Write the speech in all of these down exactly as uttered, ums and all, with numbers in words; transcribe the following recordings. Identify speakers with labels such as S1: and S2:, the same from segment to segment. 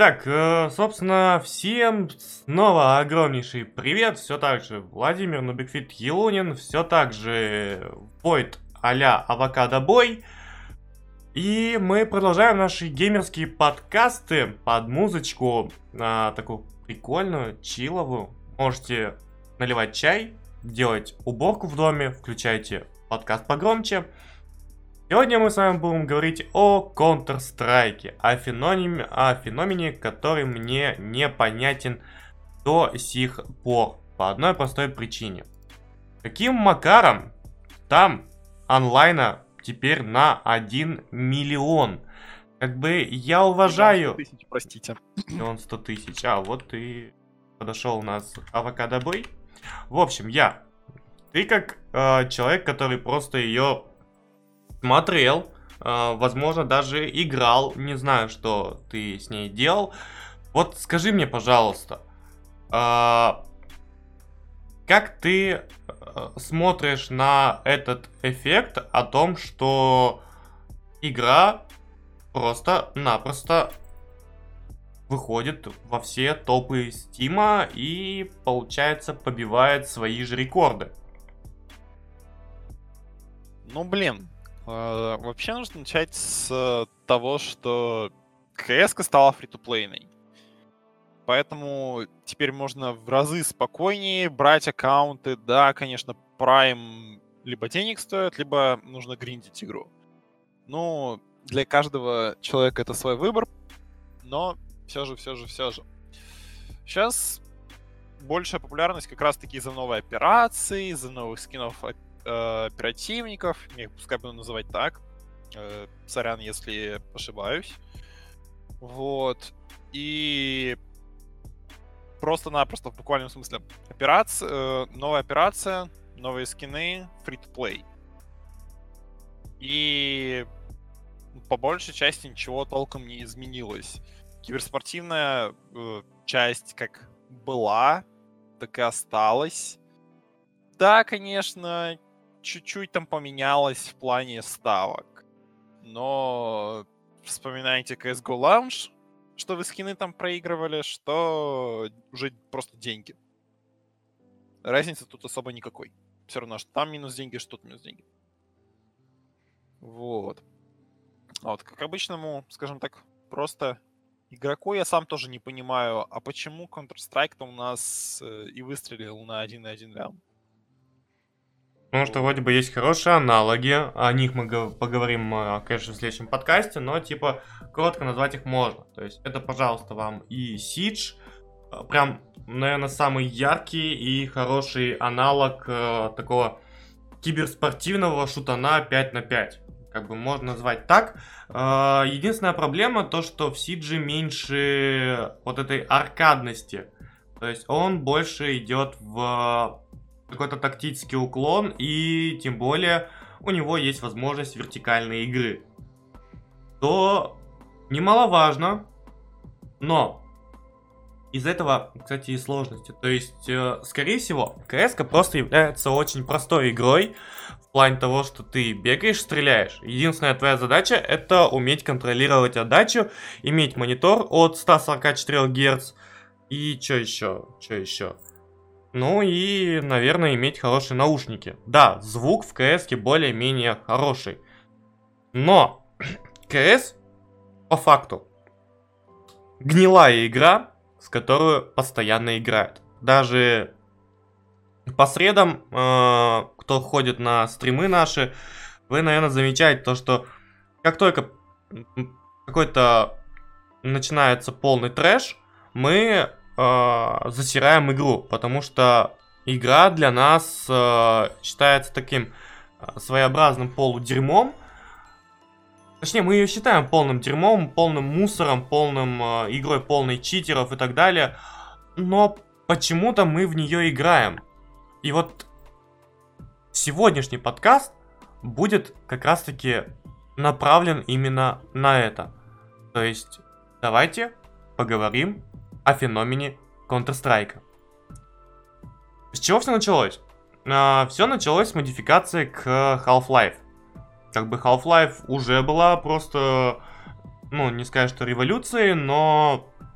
S1: Итак, э, собственно, всем снова огромнейший привет. Все так же Владимир Нубикфит Елунин, все так же Войт а-ля Авокадо Бой. И мы продолжаем наши геймерские подкасты под музычку, а, такую прикольную, чиловую. Можете наливать чай, делать уборку в доме, включайте подкаст погромче. Сегодня мы с вами будем говорить о Counter-Strike, о феномене, о феномене, который мне непонятен до сих пор. По одной простой причине. Каким макаром там онлайна теперь на один миллион? Как бы я уважаю...
S2: сто тысяч, простите.
S1: Миллион сто тысяч. А, вот и подошел у нас Авокадо Бой. В общем, я. Ты как э, человек, который просто ее... смотрел, э, возможно, даже играл, не знаю, что ты с ней делал. Вот скажи мне, пожалуйста, э, как ты э, смотришь на этот эффект о том, что игра просто-напросто выходит во все топы Стима и, получается, побивает свои же рекорды?
S2: Ну, блин. Uh, вообще нужно начать с uh, того, что КС-ка стала фри-то-плейной. Поэтому теперь можно в разы спокойнее брать аккаунты. Да, конечно, Prime либо денег стоит, либо нужно гриндить игру. Ну, для каждого человека это свой выбор, но все же, все же, все же. Сейчас большая популярность как раз-таки из-за новой операции, из-за новых скинов оперативников, я их пускай буду называть так. Э, сорян, если ошибаюсь. Вот. И просто-напросто в буквальном смысле операция, э, новая операция, новые скины, free-to-play. И по большей части ничего толком не изменилось. Киберспортивная э, часть как была, так и осталась. Да, конечно, чуть-чуть там поменялось в плане ставок. Но вспоминайте си эс го Lounge, что вы скины там проигрывали, что уже просто деньги. Разницы тут особо никакой. Все равно, что там минус деньги, что тут минус деньги. Вот. А вот как обычному, скажем так, просто игроку я сам тоже не понимаю, а почему Counter-Strike-то у нас э, и выстрелил на один на один раунд.
S1: Потому что вроде бы есть хорошие аналоги, о них мы поговорим, конечно, в следующем подкасте, но типа коротко назвать их можно. То есть это, пожалуйста, вам и Siege, прям, наверное, самый яркий и хороший аналог э, такого киберспортивного шутана пять на пять. Как бы можно назвать так. Э, единственная проблема то, что в Siege меньше вот этой аркадности. То есть он больше идет в какой-то тактический уклон, и тем более у него есть возможность вертикальной игры. То немаловажно, но из этого, кстати, и сложности. То есть, э, скорее всего, КС-ка просто является очень простой игрой в плане того, что ты бегаешь, стреляешь. Единственная твоя задача — это уметь контролировать отдачу, иметь монитор от ста сорока четырёх герц и что еще, что еще. Ну и, наверное, иметь хорошие наушники. Да, звук в КС-ке более-менее хороший. Но КС, по факту, гнилая игра, с которой постоянно играют. Даже по средам, э, кто ходит на стримы наши, вы, наверное, замечаете то, что как только какой-то начинается полный трэш, мы... засираем игру, потому что игра для нас э, считается таким э, своеобразным полудерьмом. Точнее, мы ее считаем полным дерьмом, полным мусором, полным э, игрой полной читеров и так далее. Но почему-то мы в нее играем. И вот сегодняшний подкаст будет как раз-таки направлен именно на это. То есть, давайте поговорим о феномене Counter-Strike. С чего все началось? А, все началось с модификации к Half-Life. Как бы Half-Life уже была просто, ну, не сказать, что революцией, но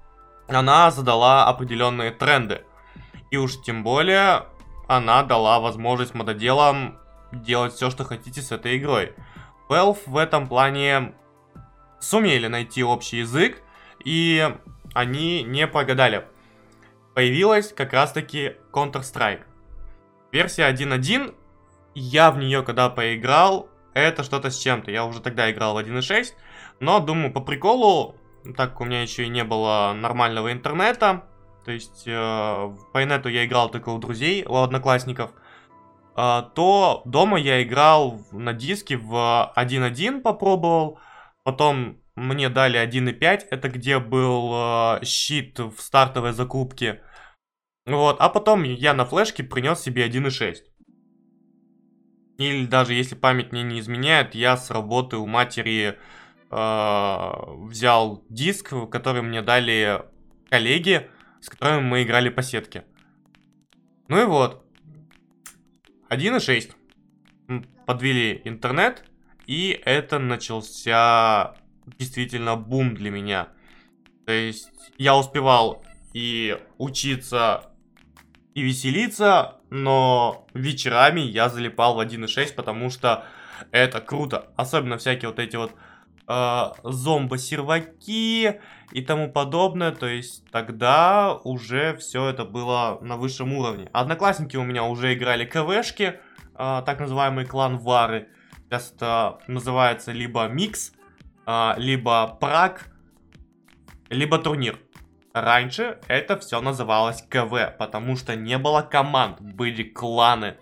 S1: она задала определенные тренды. И уж тем более она дала возможность мододелам делать все, что хотите с этой игрой. Valve в этом плане сумели найти общий язык, и они не прогадали. Появилась как раз-таки Counter-Strike. Версия один точка один, я в нее когда поиграл, это что-то с чем-то. Я уже тогда играл в один точка шесть, но думаю, по приколу, так как у меня еще и не было нормального интернета, то есть э, по инету я играл только у друзей, у одноклассников, э, то дома я играл на диске в один точка один, попробовал, потом мне дали один точка пять, это где был э, щит в стартовой закупке, вот, а потом я на флешке принес себе один точка шесть. Или даже если память мне не изменяет, я с работы у матери э, взял диск, который мне дали коллеги, с которыми мы играли по сетке. Ну и вот. один точка шесть. Подвели интернет, и это начался действительно бум для меня. То есть я успевал и учиться, и веселиться, но вечерами я залипал в один точка шесть, потому что это круто. Особенно всякие вот эти вот э, зомбо-серваки и тому подобное. То есть тогда уже все это было на высшем уровне. Одноклассники у меня уже играли КВшки, э, так называемые клан-вары. Сейчас это называется либо микс, э, либо праг, либо турнир. Раньше это все называлось КВ, потому что не было команд, были кланы.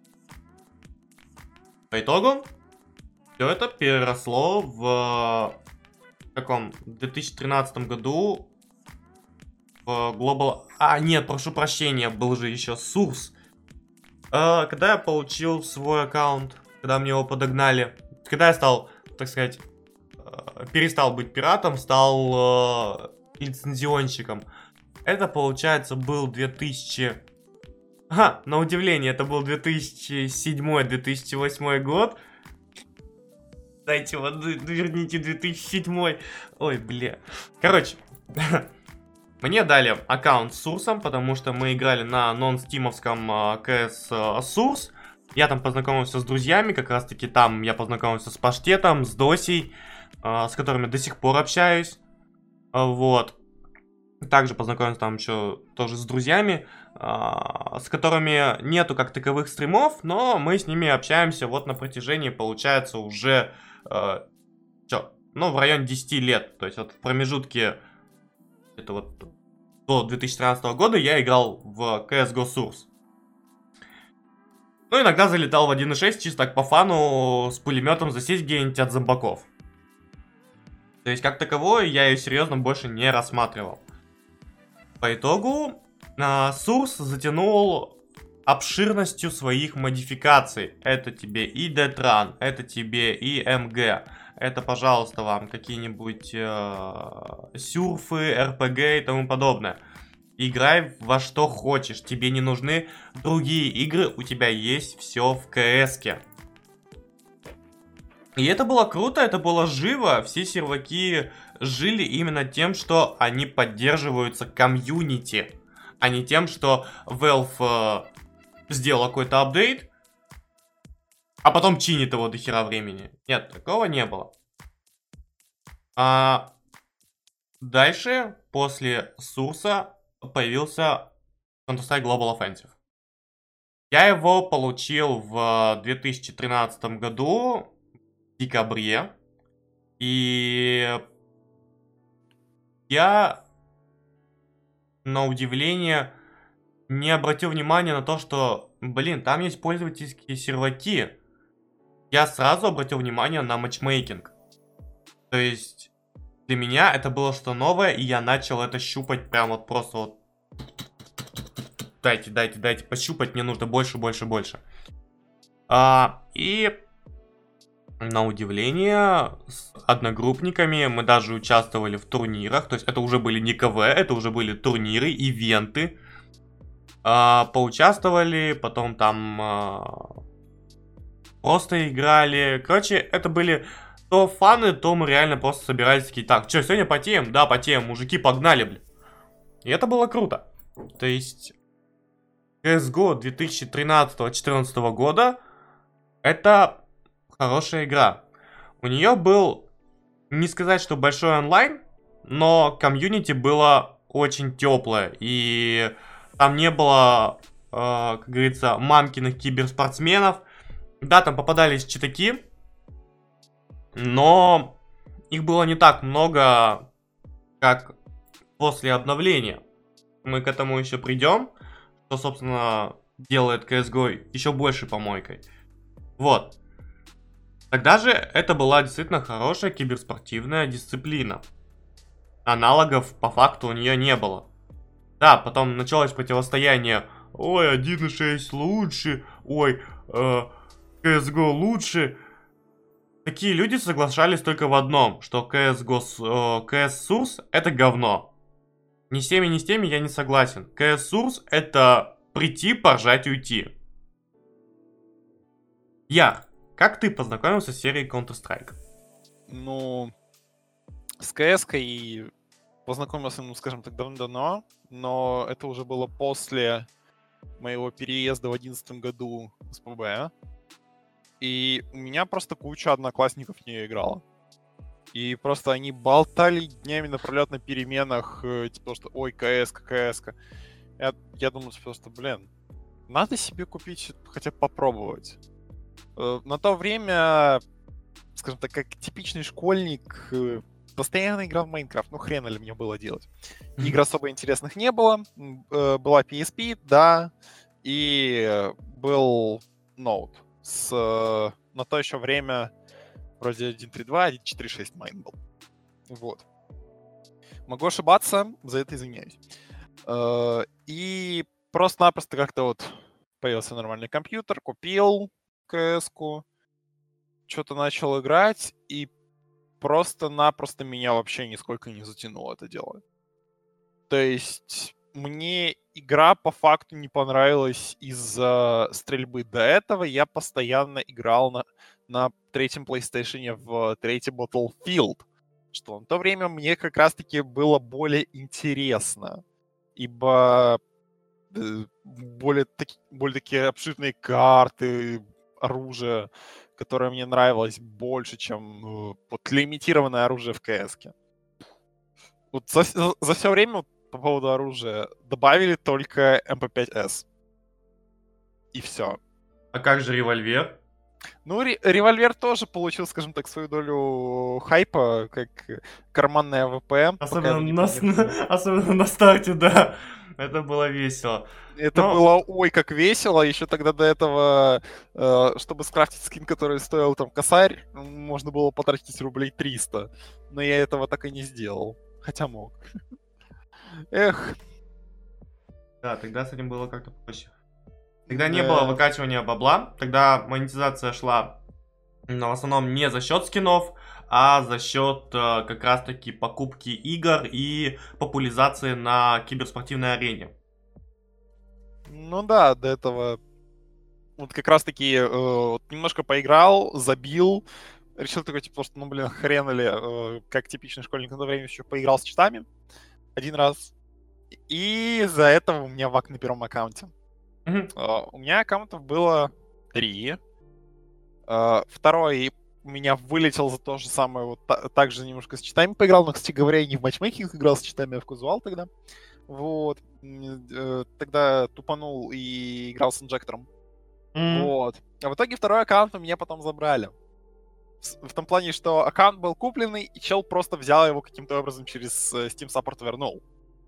S1: По итогу, все это переросло в каком две тысячи тринадцатом году в Global... А, нет, прошу прощения, был же еще Source. А, когда я получил свой аккаунт, когда мне его подогнали, когда я стал, так сказать, перестал быть пиратом, стал лицензионщиком. Это, получается, был две тысячи... Ага, на удивление, это был две тысячи седьмой - две тысячи восьмой год. Дайте вот, верните две тысячи седьмой. Ой, бля. Короче, мне дали аккаунт с Source, потому что мы играли на нон-стимовском си эс Source. Я там познакомился с друзьями, как раз таки там я познакомился с Паштетом, с Досей, с которыми до сих пор общаюсь. Вот. Также познакомился там еще тоже с друзьями, с которыми нету как таковых стримов, но мы с ними общаемся вот на протяжении, получается, уже э, чё, ну, в районе десяти лет. То есть вот в промежутке это вот до две тысячи тринадцатого года я играл в си эс го Source. Ну, иногда залетал в один точка шесть чисто так по фану с пулеметом засесть где-нибудь от зомбаков. То есть, как таковое, я ее серьезно больше не рассматривал. По итогу, Source затянул обширностью своих модификаций. Это тебе и Детран, это тебе и эм гэ, это, пожалуйста, вам какие-нибудь э, сюрфы, эр пи джи и тому подобное. Играй во что хочешь, тебе не нужны другие игры, у тебя есть все в КС-ке. И это было круто, это было живо, все серваки жили именно тем, что они поддерживаются комьюнити, а не тем, что Valve э, сделал какой-то апдейт, а потом чинит его до хера времени. Нет, такого не было. А дальше, после Source, появился Counter-Strike Global Offensive. Я его получил в две тысячи тринадцатом году, в декабре, и я, на удивление, не обратил внимания на то, что, блин, там есть пользовательские серваки. Я сразу обратил внимание на матчмейкинг. То есть, для меня это было что новое, и я начал это щупать прям вот просто вот. Дайте, дайте, дайте пощупать, мне нужно больше, больше, больше. А, и, на удивление, с одногруппниками мы даже участвовали в турнирах. То есть, это уже были не КВ, это уже были турниры, ивенты. А, поучаствовали, потом там а, просто играли. Короче, это были то фаны, то мы реально просто собирались такие. Так, что, сегодня потеем? Да, потеем, мужики, погнали, блин. И это было круто. То есть си эс го две тысячи тринадцатого-четырнадцатого года это хорошая игра. У нее был, не сказать, что большой онлайн, но комьюнити было очень теплое. И там не было, э, как говорится, мамкиных киберспортсменов. Да, там попадались читаки, но их было не так много, как после обновления. Мы к этому еще придем, что, собственно, делает си эс го еще больше помойкой. Вот. Тогда же это была действительно хорошая киберспортивная дисциплина. Аналогов по факту у нее не было. Да, потом началось противостояние. Ой, один и шесть лучше. Ой, э, си эс го лучше. Такие люди соглашались только в одном, что си эс го, э, си эс Source это говно. Ни с теми, ни с теми я не согласен. си эс Source это прийти, поржать и уйти. Яр, как ты познакомился с серией Counter-Strike?
S2: Ну, с си эс-кой познакомился, ну, скажем так, давно-давно, но это уже было после моего переезда в одиннадцатом году с пэ бэ. И у меня просто куча одноклассников в нее играла. И просто они болтали днями напролет на переменах, типа, что ой, си эс-ка, си эс-ка. Я, я думал просто, блин, надо себе купить, хотя бы попробовать. На то время, скажем так, как типичный школьник, постоянно играл в Майнкрафт. Ну, хрена ли мне было делать. Игр особо интересных не было. Была пи эс пи, да, и был ноут. С, на то еще время вроде один три два, один четыре шесть майн был. Вот. Могу ошибаться, за это извиняюсь. И просто-напросто как-то вот появился нормальный компьютер, купил си эс-ку, что-то начал играть, и просто-напросто меня вообще нисколько не затянуло это дело. То есть мне игра по факту не понравилась из-за стрельбы. До этого я постоянно играл на, на третьем PlayStation в третий Battlefield, что на то время мне как раз-таки было более интересно, ибо более, таки, более такие обширные карты, оружие, которое мне нравилось больше, чем вот лимитированное оружие в си эс-ке. Вот за, за, за все время вот, по поводу оружия добавили только эм пи пять эс. И все.
S1: А как же револьвер?
S2: Ну, ре- револьвер тоже получил, скажем так, свою долю хайпа, как карманная а вэ пэ.
S1: Особенно, на, на, особенно на старте, да. Это было весело.
S2: Это Но... было ой как весело. Еще тогда до этого, э, чтобы скрафтить скин, который стоил там косарь, можно было потратить рублей триста. Но я этого так и не сделал. Хотя мог. Эх.
S1: Да, тогда с этим было как-то проще. Тогда да. Не было выкачивания бабла. Тогда монетизация шла в основном не за счет скинов, а за счет э, как раз-таки покупки игр и популяризации на киберспортивной арене.
S2: Ну да, до этого вот как раз-таки э, вот немножко поиграл, забил, решил такой, типа, что, ну, блин, хрен ли, э, как типичный школьник на то время еще поиграл с читами один раз. И из-за этого у меня вак на первом аккаунте. Mm-hmm. Uh, у меня аккаунтов было три. Uh, второй у меня вылетел за то же самое, вот та- также немножко с читами поиграл, но, кстати говоря, я не в матчмейкинг играл с читами, а в казуал тогда. Вот. Uh, тогда тупанул и играл с инжектором. Mm-hmm. Вот. А в итоге второй аккаунт у меня потом забрали. В, в том плане, что аккаунт был купленный, и чел просто взял его каким-то образом через Steam Support вернул.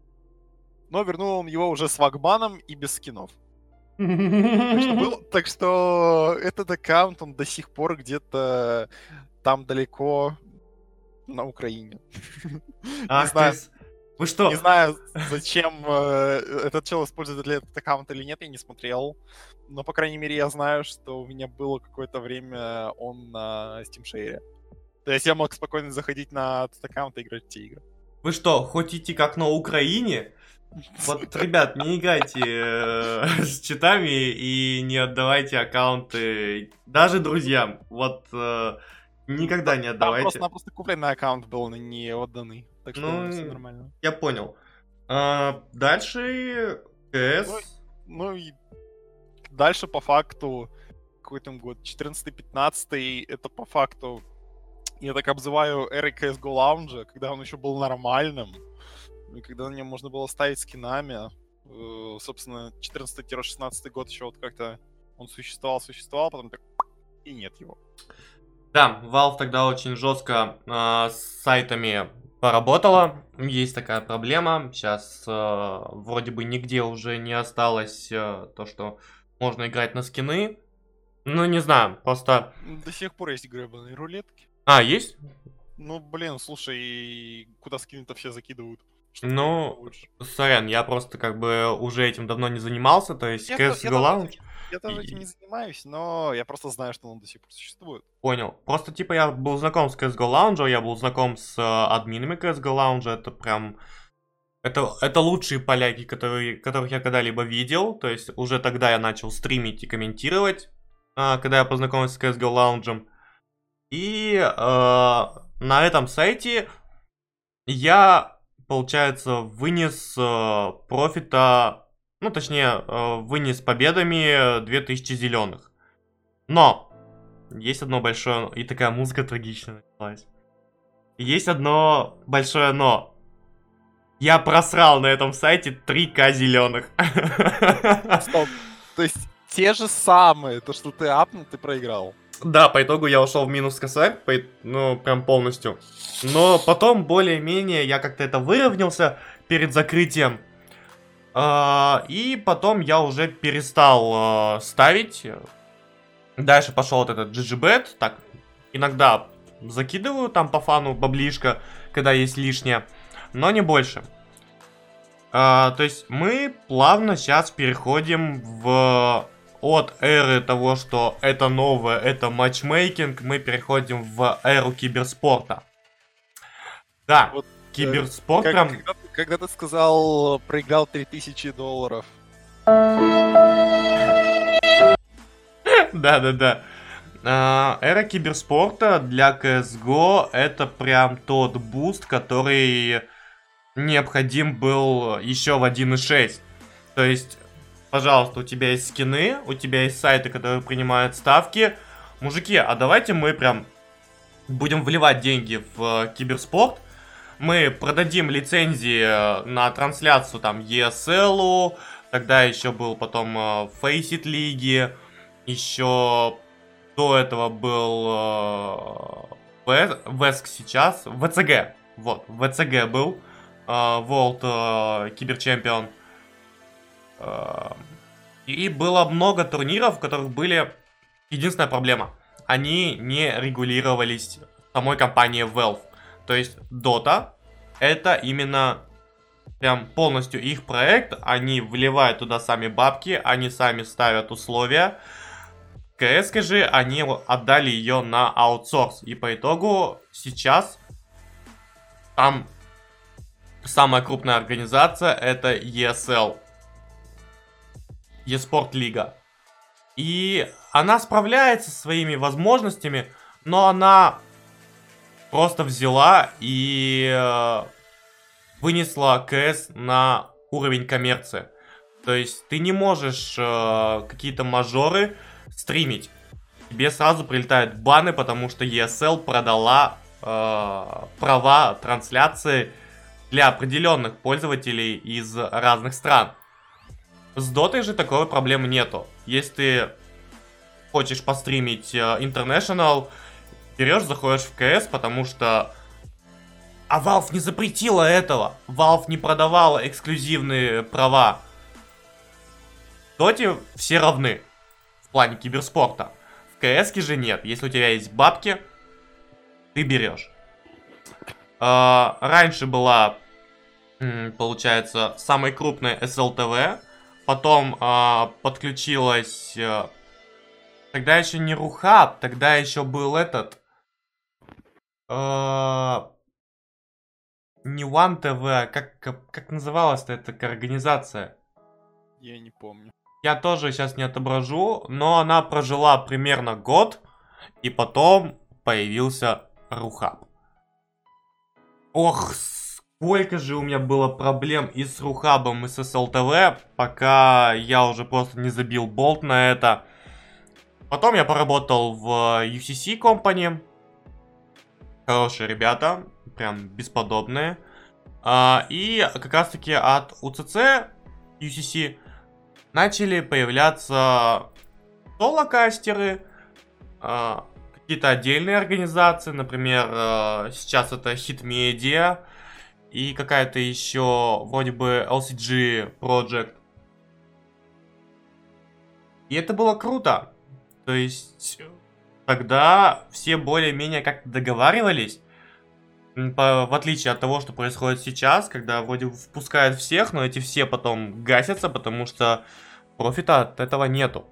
S2: Но вернул он его уже с вакбаном и без скинов. Так что, был, так что этот аккаунт, он до сих пор где-то там далеко на Украине.
S1: Ах, не знаю, вы что?
S2: Не знаю, зачем э, этот чел использует для этого аккаунт или нет, я не смотрел. Но, по крайней мере, я знаю, что у меня было какое-то время он на Steam Share. То есть я мог спокойно заходить на этот аккаунт и играть в те игры.
S1: Вы что, хотите как на Украине? Вот, ребят, не играйте э, с читами и не отдавайте аккаунты даже друзьям. Вот э, никогда не отдавайте.
S2: Там просто-напросто купленный аккаунт был, не отданный. Так что ну, все нормально.
S1: Я понял. А, дальше КС.
S2: Ну, ну и дальше по факту, какой там год, четырнадцатый-пятнадцатый, это по факту, я так обзываю эрой си эс го Lounge, когда он еще был нормальным, и когда на нем можно было ставить скинами. Э, собственно, четырнадцатый-шестнадцатый год еще вот как-то он существовал, существовал, потом так и нет его.
S1: Да, Valve тогда очень жестко э, с сайтами поработала. Есть такая проблема. Сейчас э, вроде бы нигде уже не осталось э, то, что можно играть на скины. Ну, не знаю, просто...
S2: До сих пор есть гребаные рулетки.
S1: А, есть?
S2: Ну, блин, слушай, куда скины-то все закидывают?
S1: Ну, сорян, я просто как бы уже этим давно не занимался, то есть
S2: Я,
S1: си эс го Lounge...
S2: Я тоже этим не занимаюсь, но я просто знаю, что он до сих пор существует.
S1: Понял. Просто, типа, я был знаком с си эс го Lounge, я был знаком с э, админами си эс го Lounge, это прям... Это, это лучшие поляки, которые, которых я когда-либо видел, то есть уже тогда я начал стримить и комментировать, э, когда я познакомился с си эс го Lounge. И э, на этом сайте я, получается, вынес э, профита, ну, точнее, э, вынес победами две тысячи зеленых. Но есть одно большое... И такая музыка трагичная началась. Есть одно большое но. Я просрал на этом сайте три тысячи зеленых.
S2: Стоп. То есть те же самые, то, что ты апнул, ты проиграл.
S1: Да, по итогу я ушел в минус косарь, по, ну, прям полностью. Но потом, более-менее, я как-то это выровнялся перед закрытием. Uh, и потом я уже перестал uh, ставить. Дальше пошел вот этот джи джи бет. Так, иногда закидываю там по фану баблишко, когда есть лишнее, но не больше. Uh, то есть мы плавно сейчас переходим в... От эры того, что это новое, это матчмейкинг, мы переходим в эру киберспорта. Да, вот, киберспорт
S2: как,
S1: прям...
S2: Когда, когда ты сказал, проиграл три тысячи долларов.
S1: Да-да-да. Эра киберспорта для си эс го это прям тот буст, который необходим был еще в один и шесть. То есть... Пожалуйста, у тебя есть скины, у тебя есть сайты, которые принимают ставки. Мужики, а давайте мы прям будем вливать деньги в э, киберспорт. Мы продадим лицензии на трансляцию там и эс эл, тогда еще был потом э, Faceit лиги, еще до этого был э, Веск сейчас, вэ цэ гэ, вот, вэ цэ гэ был, э, World э, Киберчемпион. И было много турниров, в которых были... Единственная проблема. Они не регулировались самой компанией Valve. То есть Dota это именно прям полностью их проект. Они вливают туда сами бабки, они сами ставят условия. си эс же они отдали ее на аутсорс. И по итогу сейчас там самая крупная организация это и эс эл. eSport Лига. И она справляется со своими возможностями, но она просто взяла и э, вынесла си эс на уровень коммерции. То есть ты не можешь э, какие-то мажоры стримить. Тебе сразу прилетают баны, потому что и эс эл продала э, права трансляции для определенных пользователей из разных стран. С Дотой же такой проблемы нету. Если ты хочешь постримить International, берешь, заходишь в си эс, потому что... А Valve не запретила этого. Valve не продавала эксклюзивные права. В Доте все равны в плане киберспорта. В си эс же нет. Если у тебя есть бабки, ты берешь. А, раньше была, получается, самой крупной эс эл ти ви. Потом а, подключилась... А, тогда еще не Рухаб, тогда еще был этот... А, не One ти ви, а как, как, как называлась-то эта организация?
S2: Я не помню.
S1: Я тоже сейчас не отображу, но она прожила примерно год, и потом появился Рухаб. Ох, Сколько же у меня было проблем и с Рухабом, и с эс эл тэ вэ, пока я уже просто не забил болт на это. Потом я поработал в ю си си Company. Хорошие ребята, прям бесподобные. А, и как раз таки от у си си, ю си си, начали появляться соло-кастеры, а, какие-то отдельные организации, например, а, сейчас это Hit Media и какая-то еще вроде бы эл си джи Project. И это было круто. То есть тогда все более-менее как-то договаривались. По, в отличие от того, что происходит сейчас, когда вроде впускают всех, но эти все потом гасятся, потому что профита от этого нету.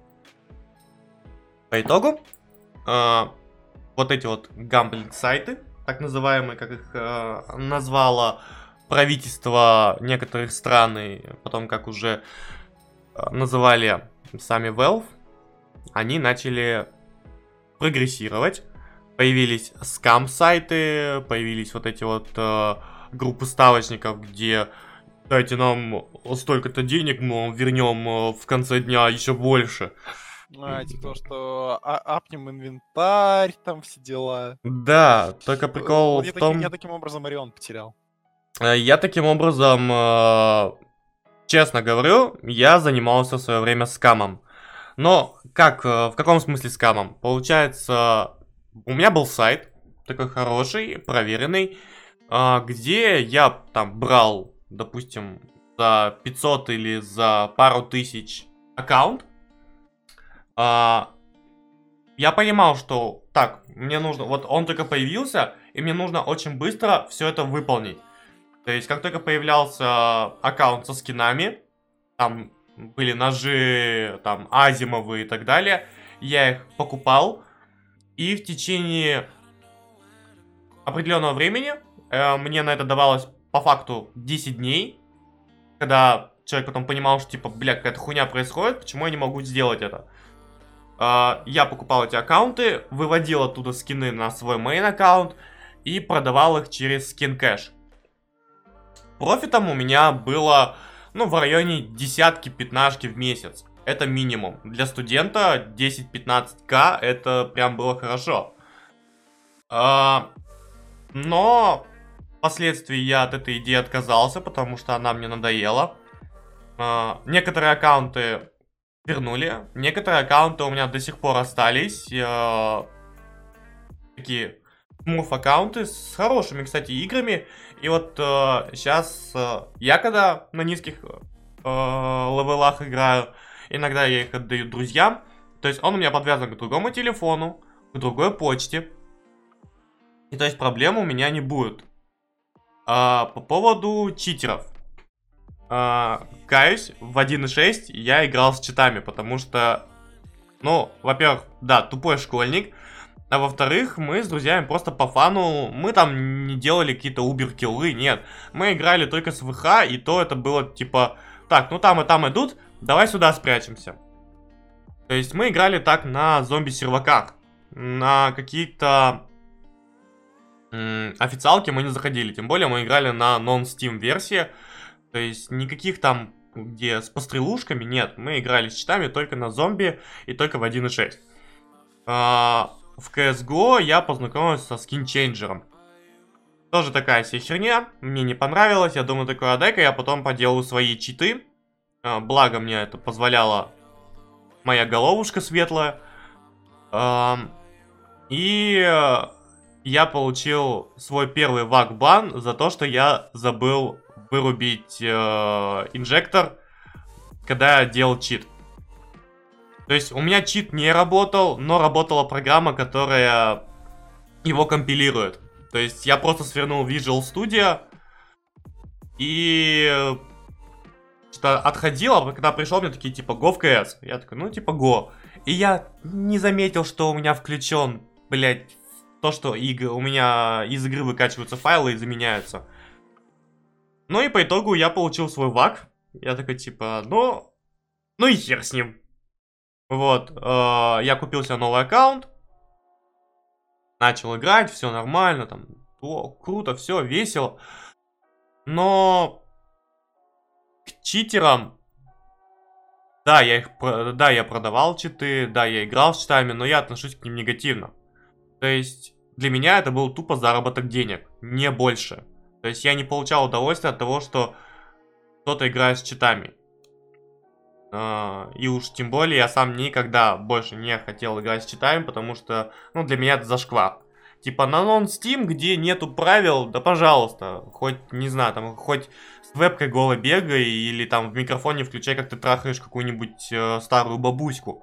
S1: По итогу, э, вот эти вот гамблинг-сайты, так называемые, как их э, назвало правительство некоторых стран, и потом как уже э, называли сами Valve, они начали прогрессировать. Появились скам-сайты, появились вот эти вот э, группы ставочников, где дайте нам столько-то денег, мы вам вернем э, в конце дня еще больше.
S2: А, типа то, что а- апнем инвентарь, там все дела.
S1: Да, только прикол
S2: Вот я,
S1: в
S2: таки-
S1: том...
S2: я таким образом Орион потерял.
S1: э, Я таким образом, э, честно говорю, я занимался в свое время скамом. Но как, э, в каком смысле скамом? Получается, у меня был сайт, такой хороший, проверенный, а, где я там брал, допустим, за пятьсот или за пару тысяч аккаунт. А, Я понимал, что так, мне нужно, вот он только появился, и мне нужно очень быстро все это выполнить. То есть, как только появлялся аккаунт со скинами, там были ножи, там, азимовые и так далее, я их покупал, и в течение определенного времени э, мне на это давалось по факту десять дней, когда человек потом понимал, что типа, бля, какая-то хуйня происходит, почему я не могу сделать это. Э, я покупал эти аккаунты, выводил оттуда скины на свой мейн аккаунт и продавал их через скин кэш. Профитом у меня было, ну, в районе десятки-пятнашки в месяц. Это минимум. Для студента десять-пятнадцать ка это прям было хорошо. А, но впоследствии я от этой идеи отказался, потому что она мне надоела. А, некоторые аккаунты вернули, некоторые аккаунты у меня до сих пор остались. А, такие мув аккаунты с хорошими, кстати, играми. И вот э, сейчас э, я когда на низких э, левелах играю, иногда я их отдаю друзьям. То есть он у меня подвязан к другому телефону, к другой почте. И то есть проблем у меня не будет. А, по поводу читеров. А, каюсь, в один и шесть я играл с читами, потому что, ну, во-первых, да, тупой школьник. А во-вторых, мы с друзьями просто по фану, мы там не делали какие-то убер-киллы, нет. Мы играли только с ВХ, и то это было типа, так, ну там и там идут, давай сюда спрячемся. То есть мы играли так на зомби-серваках. На какие-то м, официалки мы не заходили, тем более мы играли на нон-стим версии. То есть никаких там, где с пострелушками, нет. Мы играли с читами только на зомби и только в один и шесть. А, в си эс го я познакомился со скинчейнджером. Тоже такая себе херня, мне не понравилось. Я думаю, такой, а дай-ка я потом поделаю свои читы. А, благо мне это позволяла моя головушка светлая. А, и я получил свой первый вак-бан за то, что я забыл вырубить э, инжектор, когда я делал чит. То есть у меня чит не работал, но работала программа, которая его компилирует. То есть я просто свернул Visual Studio и что отходил, а когда пришел, мне такие типа Go в си эс. Я такой, ну типа Go. И я не заметил, что у меня включен, блять, то, что иг- у меня из игры выкачиваются файлы и заменяются. Ну и по итогу я получил свой вак. Я такой типа, ну, ну и хер с ним. Вот, э, я купил себе новый аккаунт, начал играть, все нормально, там, о, круто, все, весело. Но к читерам, да, я их, да, я продавал читы, да, я играл с читами, но я отношусь к ним негативно. То есть для меня это был тупо заработок денег, не больше. То есть я не получал удовольствия от того, что кто-то играет с читами. И уж тем более я сам никогда больше не хотел играть с читами, потому что, ну, для меня это зашквар. Типа на нон-стим, где нету правил, да пожалуйста, хоть, не знаю, там, хоть с вебкой голо бегай, или там в микрофоне включай, как ты трахаешь какую-нибудь э, старую бабуську.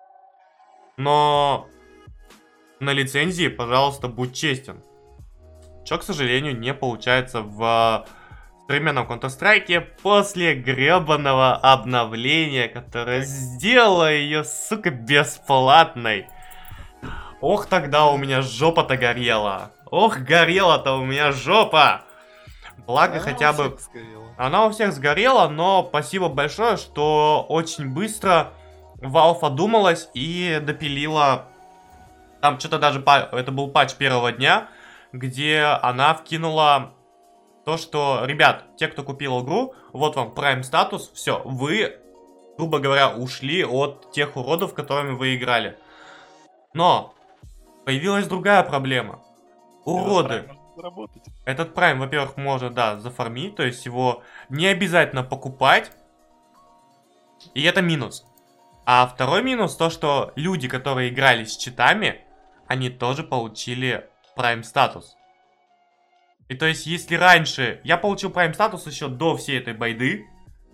S1: Но на лицензии, пожалуйста, будь честен. Чё, к сожалению, не получается в современном Counter-Strike после гребаного обновления, которое сделало ее, сука, бесплатной. Ох, тогда у меня жопа-то горела. Ох, горела-то у меня жопа. Благо, она хотя бы... Она у всех сгорела, но спасибо большое, что очень быстро Valve одумалась и допилила... Там что-то даже... Это был патч первого дня, где она вкинула то, что... Ребят, те, кто купил игру, вот вам Prime статус, все, вы, грубо говоря, ушли от тех уродов, которыми вы играли. Но... Появилась другая проблема. Уроды. Этот Prime, во-первых, можно, да, зафармить, то есть его не обязательно покупать. И это минус. А второй минус то, что люди, которые играли с читами, они тоже получили Prime статус. И то есть, если раньше я получил Prime статус еще до всей этой байды,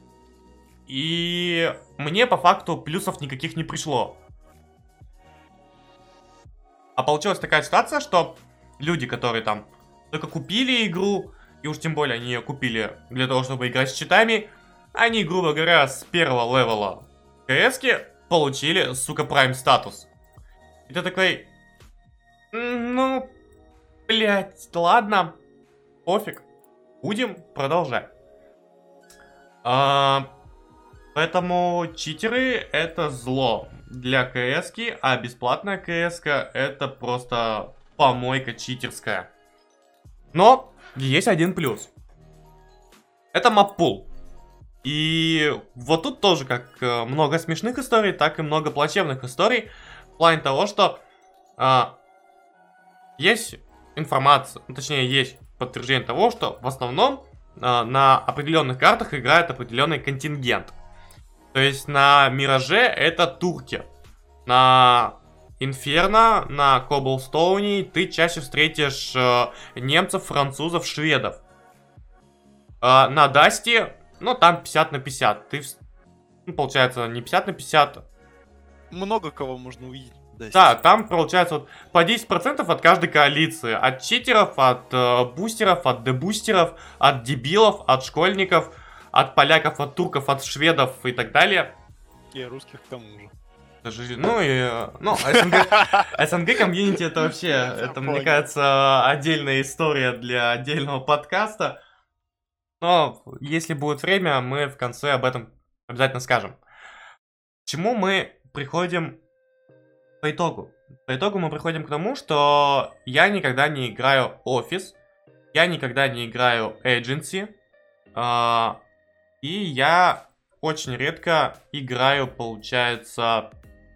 S1: и мне по факту плюсов никаких не пришло. А получилась такая ситуация, что люди, которые там только купили игру, и уж тем более они ее купили для того, чтобы играть с читами, они, грубо говоря, с первого левела КСки получили, сука, Prime статус. И ты такой, ну, блять, ладно, пофиг, будем продолжать. А, поэтому читеры это зло для КСки, а бесплатная КСка это просто помойка читерская. Но есть один плюс. Это маппул. И вот тут тоже как много смешных историй, так и много плачевных историй. В плане того, что а, есть информация, точнее есть подтверждение того, что в основном а, на определенных картах играет определенный контингент. То есть на Мираже это турки. На Инферно, на Коблстоуне ты чаще встретишь э, немцев, французов, шведов. Э, на Дасте, ну там пятьдесят на пятьдесят. Ты, ну, получается, не пятьдесят на пятьдесят.
S2: Много кого можно увидеть.
S1: Да, там получается вот по десять процентов от каждой коалиции. От читеров, от э, бустеров, от дебустеров, от дебилов, от школьников, от поляков, от турков, от шведов и так далее.
S2: И русских к тому же.
S1: Ну и, ну, СНГ, СНГ комьюнити это вообще, это, мне кажется, отдельная история для отдельного подкаста. Но если будет время, мы в конце об этом обязательно скажем. К чему мы приходим по итогу? По итогу мы приходим к тому, что я никогда не играю офис, я никогда не играю agency, э, и я очень редко играю, получается...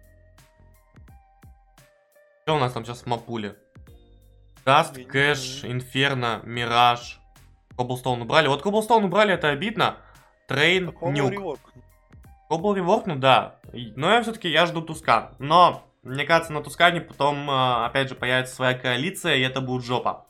S1: Что у нас там сейчас в мапуле? Даст, Кэш, Инферно, Мираж. Коблстоун убрали. Вот Коблстоун убрали, это обидно. Трейн, Нюк. Кобл реворк, ну да. Но я все-таки, я жду Тускан. Но, мне кажется, на Тускане потом, опять же, появится своя коалиция, и это будет жопа.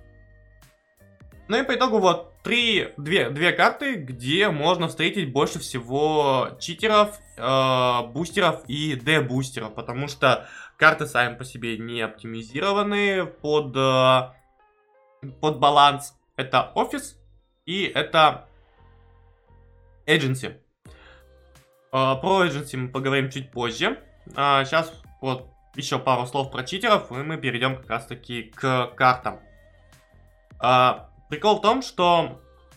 S1: Ну и по итогу вот три, две, две карты, где можно встретить больше всего читеров, э, бустеров и дебустеров. Потому что карты сами по себе не оптимизированы под, э, под баланс. Это офис и это agency. Э, про agency мы поговорим чуть позже. Э, сейчас вот еще пару слов про читеров, и мы перейдем как раз таки к картам. Э, Прикол в том, что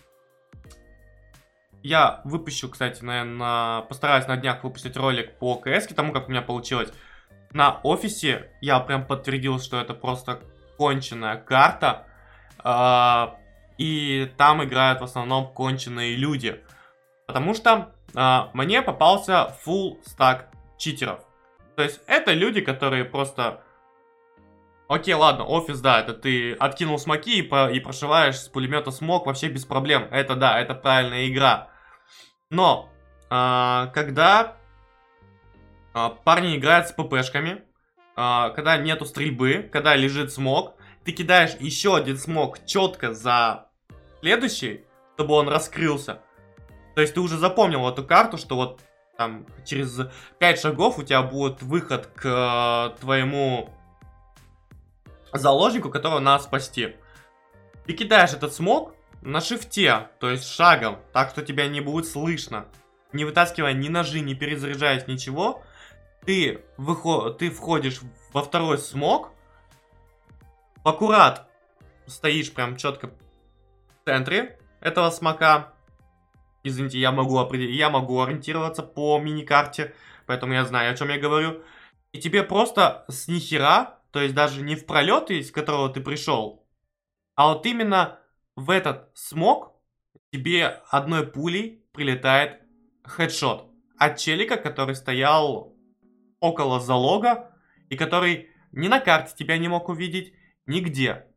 S1: я выпущу, кстати, наверное, постараюсь на днях выпустить ролик по КС, тому, как у меня получилось. На офисе я прям подтвердил, что это просто конченая карта. и там играют в основном конченые люди. Потому что а, мне попался full стак читеров. То есть это люди, которые просто... Окей, ладно, офис, да, это ты откинул смоки и, по, и прошиваешь с пулемета смог вообще без проблем. Это да, это правильная игра. Но, а, когда а, парни играют с ППшками, а, когда нету стрельбы, когда лежит смог, ты кидаешь еще один смог четко за следующий, чтобы он раскрылся. То есть ты уже запомнил эту карту, что вот там через пять шагов у тебя будет выход к э, твоему заложнику, которого надо спасти. Ты кидаешь этот смог на шифте, то есть шагом, так что тебя не будет слышно. Не вытаскивая ни ножи, не перезаряжаясь, ничего. Ты, выход... ты входишь во второй смог. Аккурат стоишь прям четко в центре этого смока. Извините, я могу, определ... я могу ориентироваться по мини-карте, поэтому я знаю, о чем я говорю. И тебе просто с нихера, то есть даже не в пролет, из которого ты пришел, а вот именно в этот смог тебе одной пулей прилетает хедшот от челика, который стоял около залога и который ни на карте тебя не мог увидеть, нигде.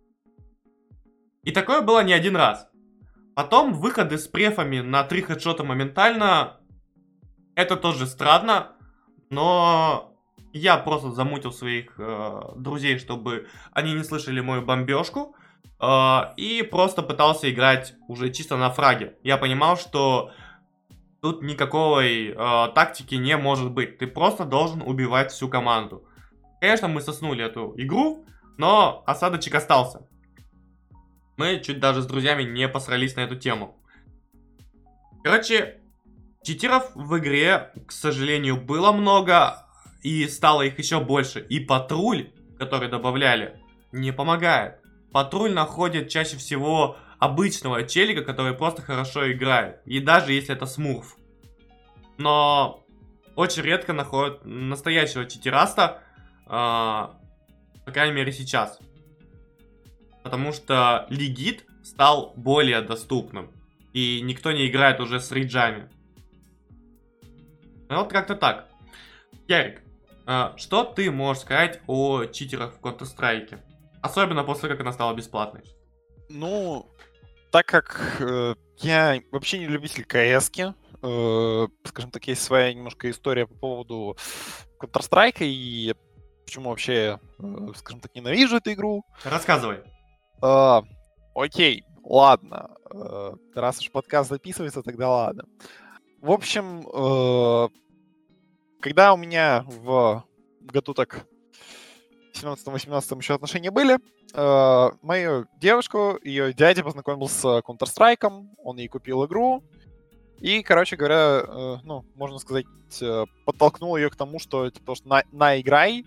S1: И такое было не один раз. Потом выходы с префами на три хедшота моментально. Это тоже странно, но я просто замутил своих э, друзей, чтобы они не слышали мою бомбежку. Э, и просто пытался играть уже чисто на фраге. Я понимал, что тут никакой э, тактики не может быть. Ты просто должен убивать всю команду. Конечно, мы соснули эту игру, но осадочек остался. Мы чуть даже с друзьями не посрались на эту тему. Короче, читеров в игре, к сожалению, было много. И стало их еще больше. И патруль, который добавляли, не помогает. Патруль находит чаще всего обычного челика, который просто хорошо играет. И даже если это смурф. Но очень редко находят настоящего читераста. Э, по крайней мере сейчас. Потому что легит стал более доступным. И никто не играет уже с рейджами. Ну вот как-то так. Ярик, э, что ты можешь сказать о читерах в Counter-Strike? Особенно после, как она стала бесплатной.
S2: Ну, так как э, я вообще не любитель КСки, э, скажем так, есть своя немножко история по поводу Counter-Strike и почему вообще, э, скажем так, ненавижу эту игру.
S1: Рассказывай.
S2: Э, окей, ладно. Э, раз уж подкаст записывается, тогда ладно. В общем, э, когда у меня в году так семнадцатом-восемнадцатом еще отношения были, э, мою девушку, ее дядя познакомил с Counter-Strike, он ей купил игру, и, короче говоря, э, ну, можно сказать, э, подтолкнул ее к тому, что, типа, что на, наиграй,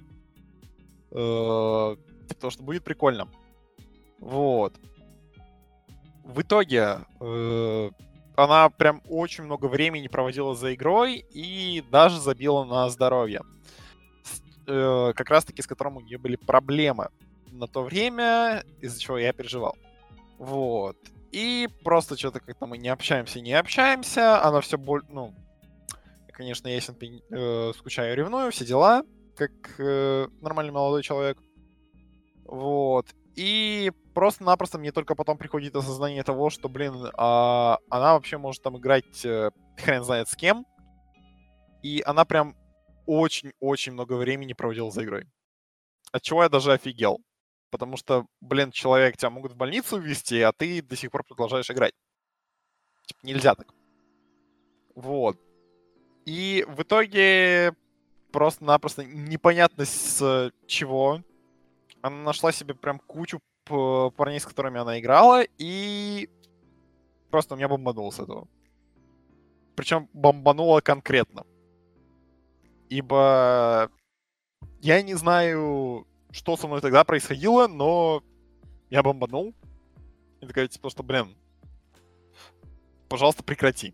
S2: э, потому что будет прикольно. Вот. В итоге э, она прям очень много времени проводила за игрой и даже забила на здоровье. Э, как раз-таки с которым у нее были проблемы на то время, из-за чего я переживал. Вот. И просто что-то как-то мы не общаемся, не общаемся. Она все боль... Ну, конечно, ясен пень, э, скучаю, ревную, все дела, как э, нормальный молодой человек. Вот. И просто-напросто мне только потом приходит осознание того, что, блин, а, она вообще может там играть э, хрен знает с кем. И она прям очень-очень много времени проводила за игрой. От чего я даже офигел. Потому что, блин, человек, тебя могут в больницу увезти, а ты до сих пор продолжаешь играть. Типа, нельзя так. Вот. И в итоге просто-напросто непонятно с чего. Она нашла себе прям кучу парней, с которыми она играла, и просто у меня бомбануло с этого. Причем бомбануло конкретно. Ибо я не знаю, что со мной тогда происходило, но я бомбанул. И такая, типа, что, блин, пожалуйста, прекрати.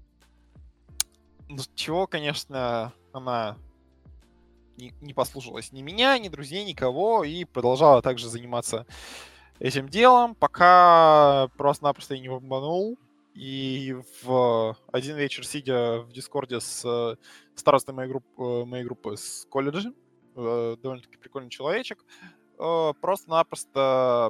S2: Ну, чего, конечно, она не, не послушалась ни меня, ни друзей, никого, и продолжала также заниматься этим делом, пока просто-напросто я не бомбанул. И в один вечер, сидя в Дискорде с старостой моей группы, моей группы с колледжа, довольно-таки прикольный человечек, просто-напросто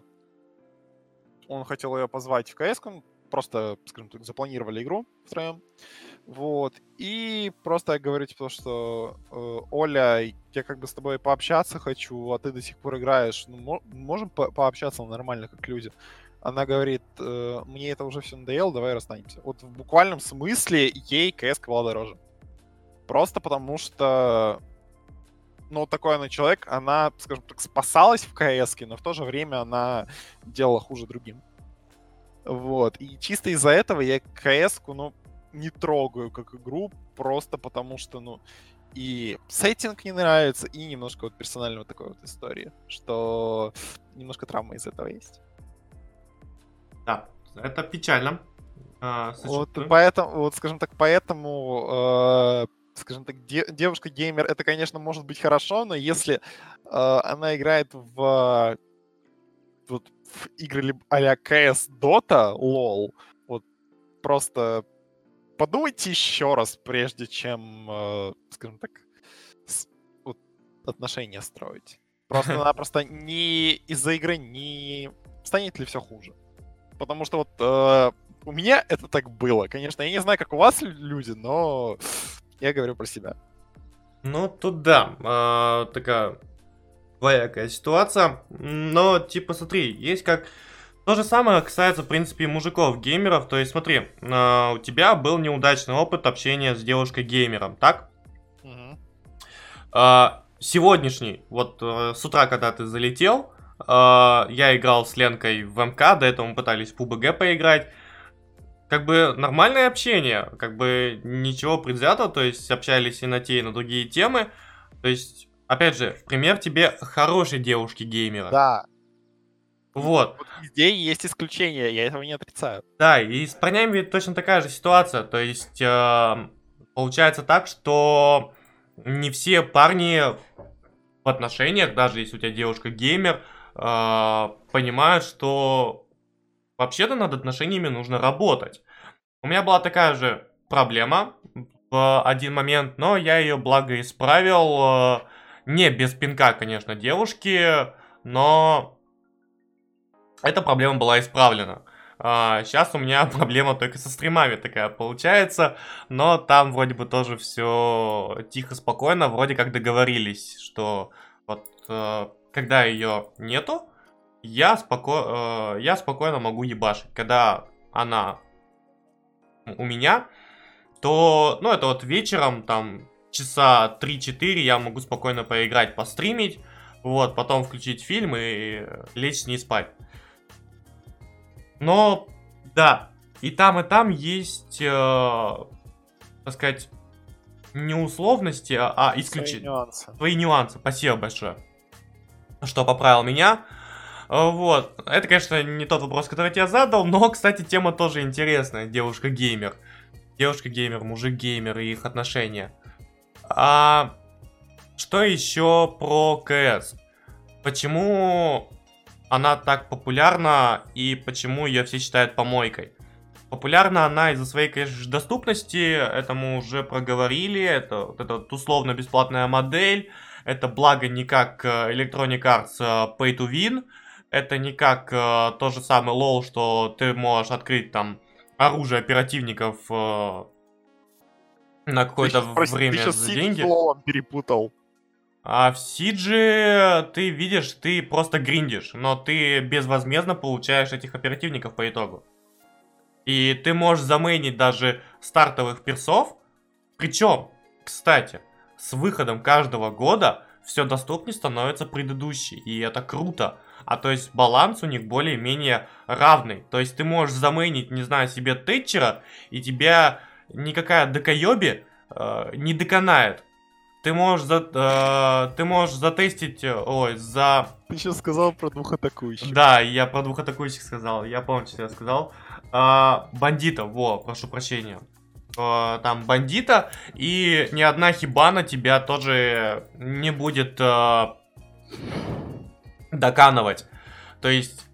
S2: он хотел ее позвать в КС, просто, скажем так, запланировали игру втроем. Вот. И просто говорю, типа, что э, Оля, я как бы с тобой пообщаться хочу, а ты до сих пор играешь. Ну, мо- можем по- пообщаться нормально, как люди. Она говорит, э, мне это уже все надоело, давай расстанемся. Вот в буквальном смысле ей КС была дороже. Просто потому что, ну, такой она человек, она, скажем так, спасалась в КС, но в то же время она делала хуже другим. Вот. И чисто из-за этого я КС-ку, ну, не трогаю как игру, просто потому что, ну, и сеттинг не нравится, и немножко вот персонального такой вот истории, что немножко травма из этого есть.
S1: Да, это печально. А,
S2: вот поэтому, вот, скажем так, поэтому, э, скажем так, де- девушка-геймер, это, конечно, может быть хорошо, но если э, она играет в, вот, в игры а-ля КС, Dota, лол, вот просто подумайте еще раз, прежде чем, э, скажем так, с, вот, отношения строить. Просто-напросто не из-за игры не станет ли все хуже. Потому что вот э, у меня это так было. Конечно, я не знаю, как у вас люди, но я говорю про себя.
S1: Ну, тут да, а, такая двоякая ситуация. Но, типа, смотри, есть как... То же самое касается, в принципе, мужиков-геймеров. То есть, смотри, а, у тебя был неудачный опыт общения с девушкой-геймером, так?
S2: Угу.
S1: А, сегодняшний, вот а, с утра, когда ты залетел, а, я играл с Ленкой в МК, до этого мы пытались в ПУБГ поиграть. Как бы нормальное общение, как бы ничего предвзятого, то есть общались и на те, и на другие темы. То есть, опять же, в пример тебе хорошей девушки-геймера.
S2: Да.
S1: Вот.
S2: Вот везде есть исключения, я этого не отрицаю.
S1: Да, и с парнями ведь точно такая же ситуация. То есть, э, получается так, что не все парни в отношениях, даже если у тебя девушка-геймер, э, понимают, что вообще-то над отношениями нужно работать. У меня была такая же проблема в один момент, но я ее, благо, исправил. э, Не без пинка, конечно, девушки, но эта проблема была исправлена. А, сейчас у меня проблема только со стримами такая получается, но там вроде бы тоже все тихо, спокойно, вроде как договорились, что вот э, когда ее нету, я, споко... э, я спокойно могу ебашить. Когда она у меня, то, ну, это вот вечером, там, часа три-четыре я могу спокойно поиграть, постримить, вот, потом включить фильм и лечь с ней спать. Но, да, и там, и там есть, э, так сказать, не условности, а, а исключения.
S2: Свои нюансы.
S1: Свои нюансы. Спасибо большое, что поправил меня. Вот. Это, конечно, не тот вопрос, который я тебе задал, но, кстати, тема тоже интересная. Девушка-геймер. Девушка-геймер, мужик-геймер и их отношения. А что еще про КС? Почему она так популярна и почему ее все считают помойкой? Популярна она из-за своей, конечно, доступности, это мы уже проговорили, это вот эта вот условно-бесплатная модель, это благо не как Electronic Arts Pay to Win, это не как э, то же самое лол, что ты можешь открыть там оружие оперативников э, на какое-то время
S2: ты
S1: за деньги.
S2: Ты с лолом перепутал.
S1: А в Сидже ты видишь, ты просто гриндишь, но ты безвозмездно получаешь этих оперативников по итогу. И ты можешь замейнить даже стартовых персов. Причем, кстати, с выходом каждого года все доступнее становится предыдущий. И это круто. А то есть баланс у них более-менее равный. То есть ты можешь замейнить, не знаю, себе Тэтчера, и тебя никакая ДК-йоби э, не доконает. Ты можешь, за, э, ты можешь затестить, ой, за...
S2: Ты сейчас сказал про двух атакующих.
S1: Да, я про двух атакующих сказал, я помню, что я сказал. А, бандита, во, прошу прощения. А, там бандита, и ни одна хибана тебя тоже не будет а, доканывать. То есть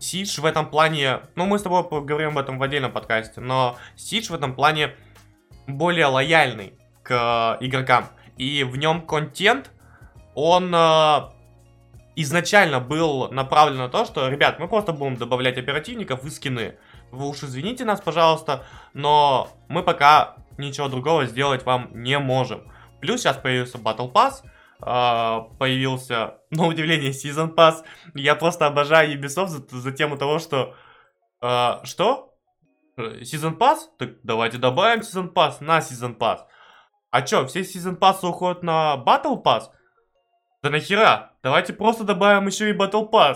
S1: Siege в этом плане, ну мы с тобой поговорим об этом в отдельном подкасте, но Siege в этом плане более лояльный к игрокам. И в нем контент, он э, изначально был направлен на то, что, ребят, мы просто будем добавлять оперативников и скины. Вы уж извините нас, пожалуйста, но мы пока ничего другого сделать вам не можем. Плюс сейчас появился Battle Pass, э, появился, на удивление, Season Pass. Я просто обожаю Ubisoft за, за тему того, что... Э, что? Season Pass? Так давайте добавим Season Pass на Season Pass. А чё, все Season Pass уходят на Battle Pass? Да нахера? Давайте просто добавим еще и Battle Pass.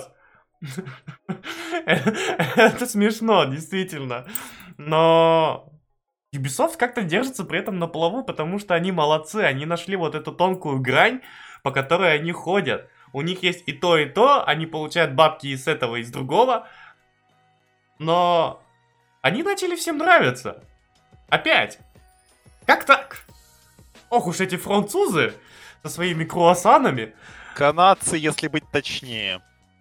S1: Это смешно, действительно. Но Ubisoft как-то держится при этом на плаву, потому что они молодцы. Они нашли вот эту тонкую грань, по которой они ходят. У них есть и то, и то. Они получают бабки и с этого, и с другого. Но они начали всем нравиться. Опять. Как так? Ох уж эти французы со своими круассанами.
S2: Канадцы, если быть точнее.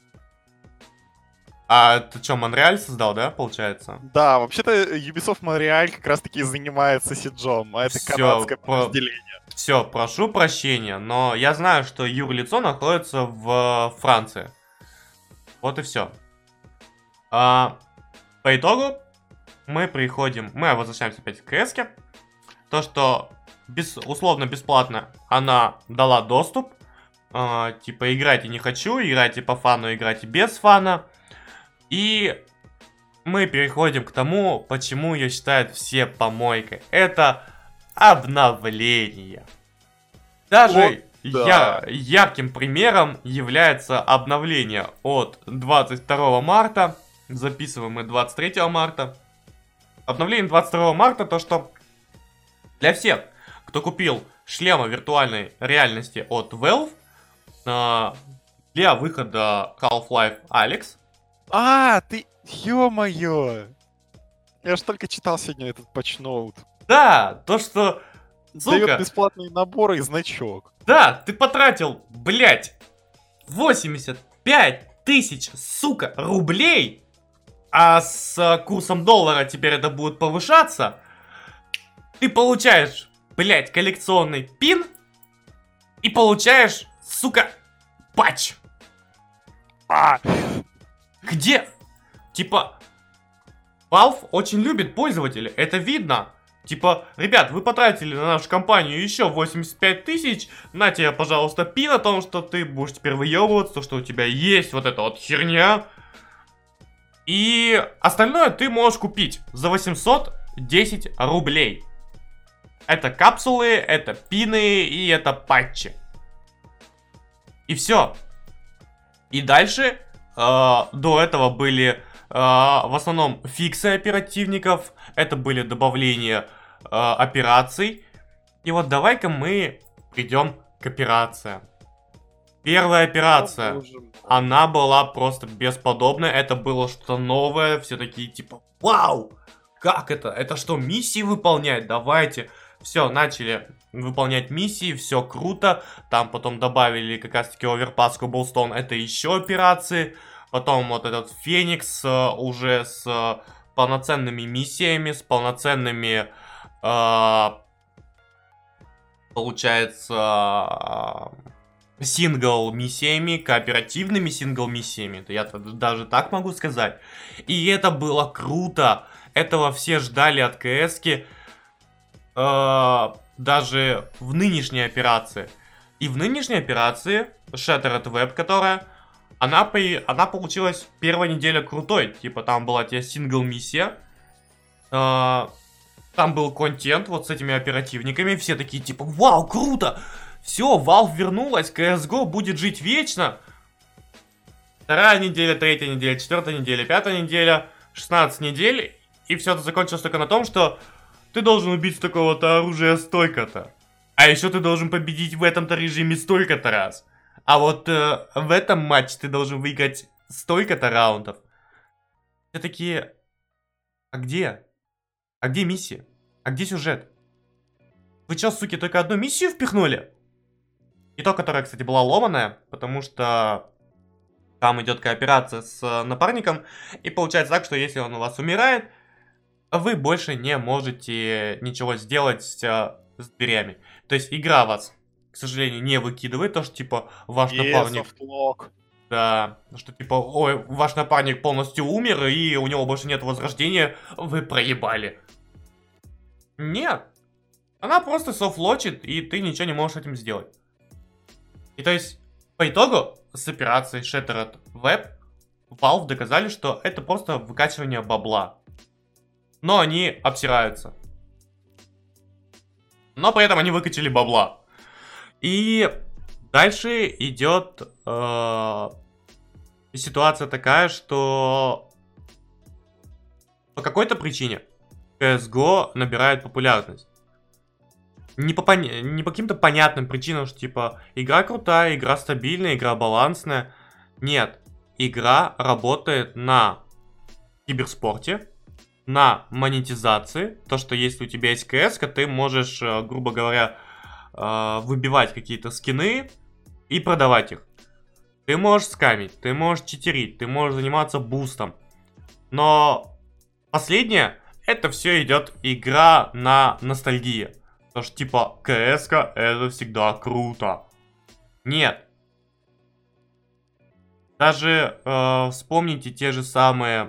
S1: А ты что, Монреаль создал, да, получается?
S2: Да, вообще-то Ubisoft Montreal как раз-таки занимается сиджом, а это
S1: Всё,
S2: канадское
S1: по-
S2: подразделение.
S1: Все, прошу прощения, но я знаю, что юрлицо находится в Франции. Вот и все. А, по итогу мы приходим, мы возвращаемся опять к КСке. То, что без, условно бесплатно она дала доступ. А, типа, играйте не хочу, играйте по фану, играйте без фана. И мы переходим к тому, почему ее считают все помойкой. Это обновление. Даже
S2: Вот да.
S1: я, ярким примером является обновление от двадцать второго марта. Записываем мы двадцать третьего марта. Обновление двадцать второго марта, то что для всех, кто купил шлема виртуальной реальности от Valve, для выхода Half-Life Alyx.
S2: А, ты... Ё-моё! Я ж только читал сегодня этот патчноут.
S1: Да, то что...
S2: Дает
S1: Сука,
S2: бесплатные наборы и значок.
S1: да, ты потратил, блять, восемьдесят пять тысяч, сука, рублей, а с курсом доллара теперь это будет повышаться. Ты получаешь, блять, коллекционный пин и получаешь, сука, патч.
S2: А!
S1: Где? Типа, Valve очень любит пользователей, это видно. Типа, ребят, вы потратили на нашу компанию еще восемьдесят пять тысяч, на тебе, пожалуйста, пин о том, что ты будешь теперь выебываться, то, что у тебя есть вот эта вот херня. И остальное ты можешь купить за восемьсот десять рублей. Это капсулы, это пины и это патчи. И все. И дальше... Uh, до этого были uh, в основном фиксы оперативников, это были добавления uh, операций. И вот давай-ка мы придем к операциям. Первая операция, она была просто бесподобная, это было что-то новое, все такие типа, вау, как это, это что, миссии выполнять, давайте. Все, начали выполнять миссии, все круто. Там потом добавили как раз таки Overpass, Cobblestone, это еще операции. Потом вот этот Феникс uh, уже с uh, полноценными миссиями, с полноценными, uh, получается, uh, сингл-миссиями, кооперативными сингл-миссиями. Я даже так могу сказать. И это было круто. Этого все ждали от КСки. Uh, даже в нынешней операции. И в нынешней операции Shattered Web, которая, она, по, она получилась первая неделя крутой. Типа там была тебе сингл-миссия. Uh, там был контент вот с этими оперативниками. Все такие типа, вау, круто! Все, Valve вернулась, си эс го будет жить вечно. Вторая неделя, третья неделя, четвертая неделя, пятая неделя, шестнадцать недель. И все это закончилось только на том, что ты должен убить такого-то оружия столько-то. А еще ты должен победить в этом-то режиме столько-то раз. А вот э, в этом матче ты должен выиграть столько-то раундов. Все такие... А где? А где миссия? А где сюжет? Вы что, суки, только одну миссию впихнули? И то, которая, кстати, была ломаная, потому что... Там идет кооперация с напарником, и получается так, что если он у вас умирает, вы больше не можете ничего сделать с, с дверями. То есть игра вас, к сожалению, не выкидывает, то, что типа ваш
S2: Е,
S1: напарник...
S2: софтлок.
S1: Да, что типа, ой, ваш напарник полностью умер, и у него больше нет возрождения, вы проебали. Нет. Она просто софтлочит, и ты ничего не можешь с этим сделать. И то есть, по итогу, с операцией Shattered Web, Valve доказали, что это просто выкачивание бабла. Но они обсираются. Но при этом они выкачали бабла. И дальше идет э, ситуация такая, что по какой-то причине си эс го набирает популярность. Не по, поня- не по каким-то понятным причинам, что типа игра крутая, игра стабильная, игра балансная. Нет, игра работает на киберспорте, на монетизации. То, что если у тебя есть си эс, ты можешь, грубо говоря, выбивать какие-то скины и продавать их. Ты можешь скамить, ты можешь читерить, ты можешь заниматься бустом. Но последнее, это все идет игра на ностальгии. Потому что типа си эс-ка это всегда круто. Нет. Даже э, вспомните те же самые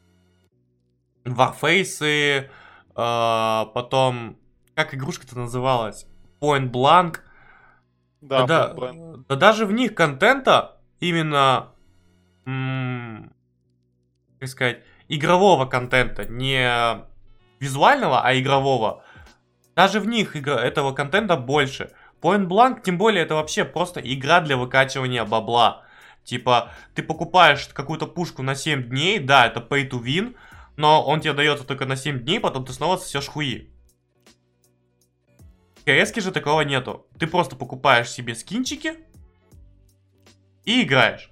S1: Warface, э, потом, как игрушка-то называлась? Point Blank.
S2: Да,
S1: да,
S2: Point Blank.
S1: Да, да даже в них контента именно, м- как сказать, игрового контента, не визуального, а игрового. Даже в них игра, этого контента больше. Point Blank, тем более, это вообще просто игра для выкачивания бабла. Типа, ты покупаешь какую-то пушку на семь дней, да, это pay to win, но он тебе дается только на семь дней, потом ты снова сосешь хуи. В си эс-ке же такого нету. Ты просто покупаешь себе скинчики и играешь.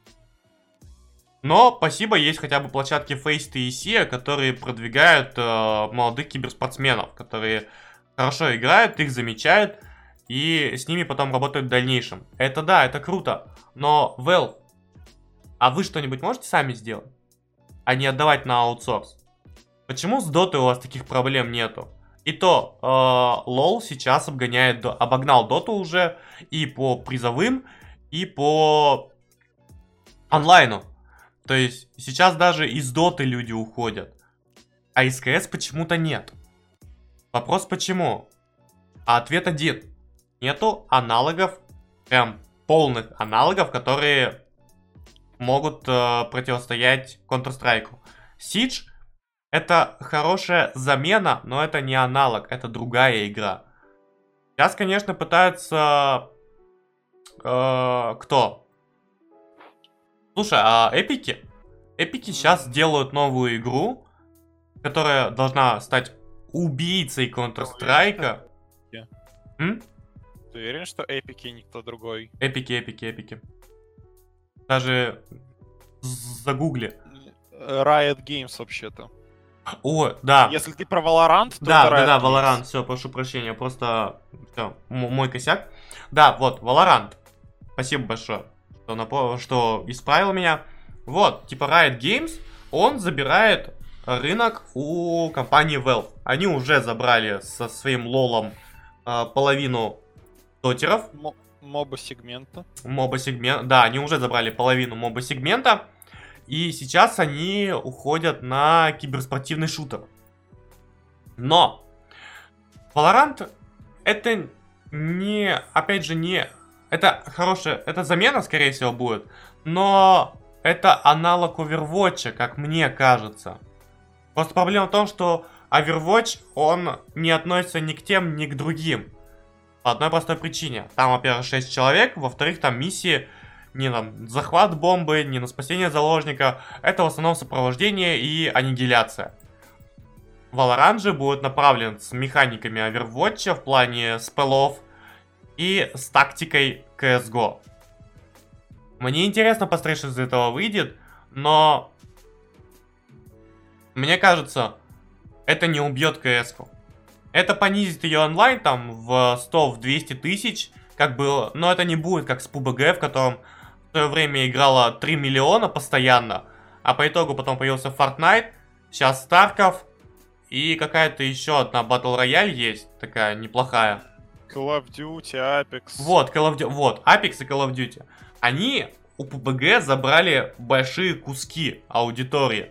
S1: Но, спасибо, есть хотя бы площадки Faceit и Sia, которые продвигают э, молодых киберспортсменов, которые хорошо играют, их замечают и с ними потом работают в дальнейшем. Это да, это круто. Но, Valve, а вы что-нибудь можете сами сделать? А не отдавать на аутсорс? Почему с Дотой у вас таких проблем нету? И то, э, лол сейчас обгоняет, обогнал Доту уже и по призовым, и по онлайну. То есть сейчас даже из Доты люди уходят, а из си эс почему-то нет. Вопрос почему? А ответ один. Нету аналогов, прям полных аналогов, которые могут э, противостоять Counter-Strike. Siege это хорошая замена, но это не аналог, это другая игра. Сейчас, конечно, пытаются... Э, кто? Слушай, а эпики? Эпики сейчас делают новую игру, которая должна стать убийцей Counter-Strike.
S2: Ты уверен, что эпики никто другой?
S1: Эпики, эпики, эпики. Даже загугли.
S2: Riot Games вообще-то.
S1: О, да.
S2: Если ты про Valorant, то
S1: да,
S2: это
S1: да, да,
S2: Games.
S1: Valorant, все, прошу прощения, просто все, мой косяк. Да, вот, Valorant. Спасибо большое, что, напо... что исправил меня. Вот, типа Riot Games, он забирает рынок у компании Valve. Они уже забрали со своим лолом э, половину дотеров.
S2: Моба-сегмента.
S1: Моба-сегмент, да, они уже забрали половину моба-сегмента. И сейчас они уходят на киберспортивный шутер. Но Valorant это не, опять же, не... Это хорошая, это замена, скорее всего, будет. Но это аналог Overwatch, как мне кажется. Просто проблема в том, что Overwatch, он не относится ни к тем, ни к другим. По одной простой причине. Там, во-первых, шесть человек, во-вторых, там миссии не на захват бомбы, не на спасение заложника. Это в основном сопровождение и аннигиляция. Valorant же будет направлен с механиками Overwatch в плане спеллов и с тактикой си эс го. Мне интересно посмотреть, что из этого выйдет, но мне кажется, это не убьет си эс-ку. Это понизит ее онлайн там в сто, в двести тысяч, как было, но это не будет как с пэ бэ гэ, в котором свое время играло три миллиона постоянно, а по итогу потом появился Fortnite, сейчас Tarkov и какая-то еще одна Battle Royale есть, такая неплохая.
S2: Call of Duty, Apex.
S1: Вот, Call of Duty, вот, Apex и Call of Duty. Они у пэ бэ гэ забрали большие куски аудитории.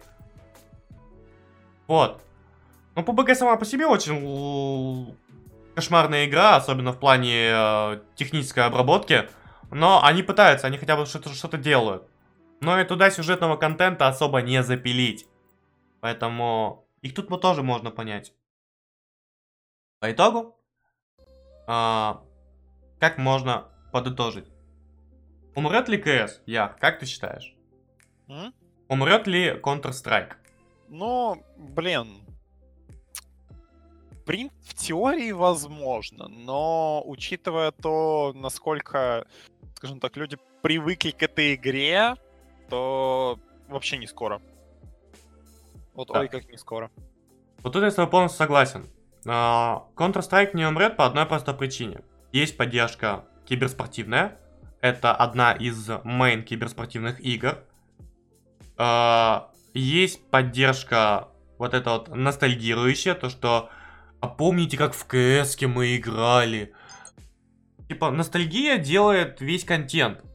S1: Вот. Ну, пэ бэ гэ сама по себе очень кошмарная игра, особенно в плане э, технической обработки. Но они пытаются, они хотя бы что-то что-то делают. Но и туда сюжетного контента особо не запилить. Поэтому их тут тоже можно понять. По итогу, э, как можно подытожить? Умрет ли ка эс, Яр, как ты считаешь?
S2: М?
S1: Умрет ли Counter-Strike?
S2: Ну, блин. В в теории возможно, но учитывая то, насколько, скажем так, люди привыкли к этой игре, то вообще не скоро. Вот
S1: Да.
S2: ой, как не скоро.
S1: Вот тут я с тобой полностью согласен. А, Counter-Strike не умрет по одной простой причине. Есть поддержка киберспортивная. Это одна из мейн киберспортивных игр. А, есть поддержка вот эта вот ностальгирующая, то что а помните, как в ка эс-ке мы играли? Типа, ностальгия делает весь контент.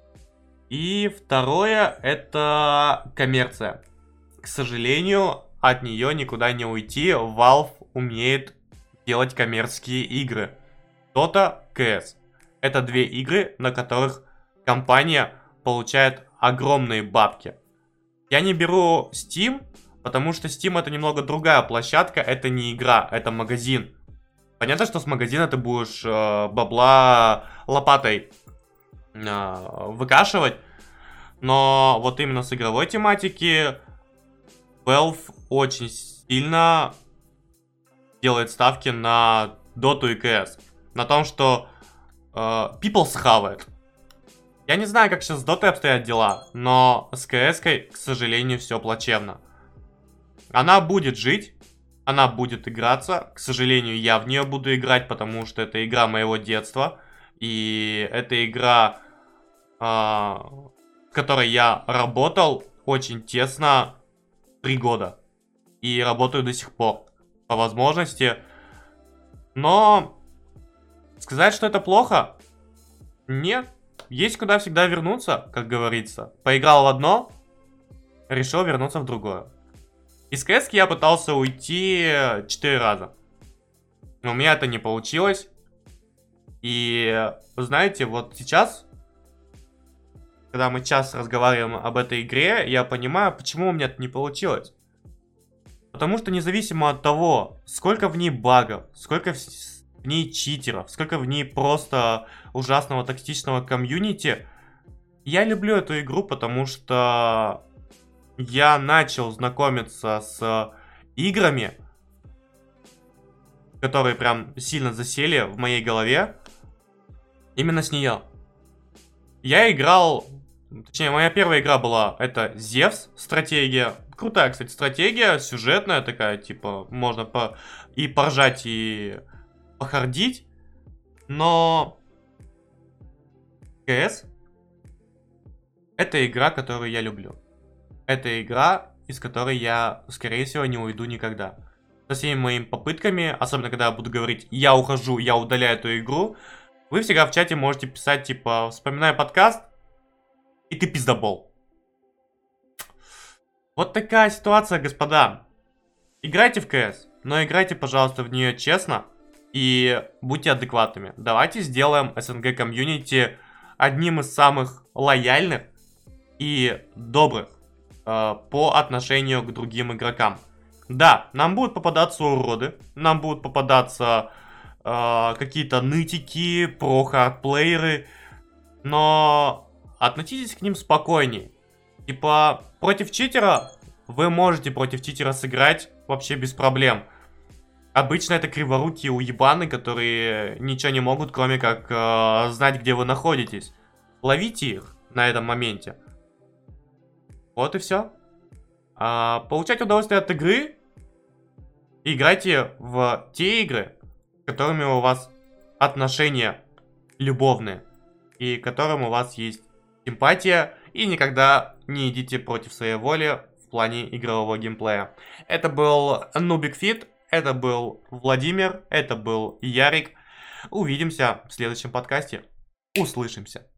S1: И второе, это коммерция. К сожалению, от нее никуда не уйти. Valve умеет делать коммерческие игры. Dota, ка эс. Это две игры, на которых компания получает огромные бабки. Я не беру Steam, потому что Steam это немного другая площадка, это не игра, это магазин. Понятно, что с магазина ты будешь э, бабла лопатой э, выкашивать, но вот именно с игровой тематики Valve очень сильно делает ставки на Dota и ка эс. На том, что э, people схавает. Я не знаю, как сейчас с Dota обстоят дела, но с ка эс-кой, к сожалению, все плачевно. Она будет жить, она будет играться. К сожалению, я в нее буду играть, потому что это игра моего детства. И это игра, э, в которой я работал очень тесно три года. И работаю до сих пор, по возможности. Но сказать, что это плохо? Нет. Есть куда всегда вернуться, как говорится. Поиграл в одно, решил вернуться в другое. Из ка эс-ки я пытался уйти четыре раза. Но у меня это не получилось. И, знаете, вот сейчас, когда мы час разговариваем об этой игре, я понимаю, почему у меня это не получилось. Потому что независимо от того, сколько в ней багов, сколько в ней читеров, сколько в ней просто ужасного токсичного комьюнити, я люблю эту игру, потому что я начал знакомиться с играми, которые прям сильно засели в моей голове, именно с нее. Я играл, точнее, моя первая игра была, это Зевс, стратегия. Крутая, кстати, стратегия, сюжетная такая, типа, можно по и поржать, и похардить. Но ка эс это игра, которую я люблю. Это игра, из которой я, скорее всего, не уйду никогда. Со всеми моими попытками, особенно когда я буду говорить, я ухожу, я удаляю эту игру, вы всегда в чате можете писать, типа, вспоминая подкаст, и ты пиздобол. Вот такая ситуация, господа. Играйте в ка эс, но играйте, пожалуйста, в нее честно и будьте адекватными. Давайте сделаем эс эн гэ комьюнити одним из самых лояльных и добрых э, по отношению к другим игрокам. Да, нам будут попадаться уроды, нам будут попадаться э, какие-то нытики, про-хардплееры, но относитесь к ним спокойнее. Типа, против читера вы можете против читера сыграть вообще без проблем. Обычно это криворукие уебаны, которые ничего не могут, кроме как э, знать, где вы находитесь. Ловите их на этом моменте. Вот и все. А, получайте удовольствие от игры. Играйте в те игры, с которыми у вас отношения любовные. И к которым у вас есть симпатия и никогда не идите против своей воли в плане игрового геймплея. Это был Нубик Фит, это был Владимир, это был Ярик. Увидимся в следующем подкасте. Услышимся.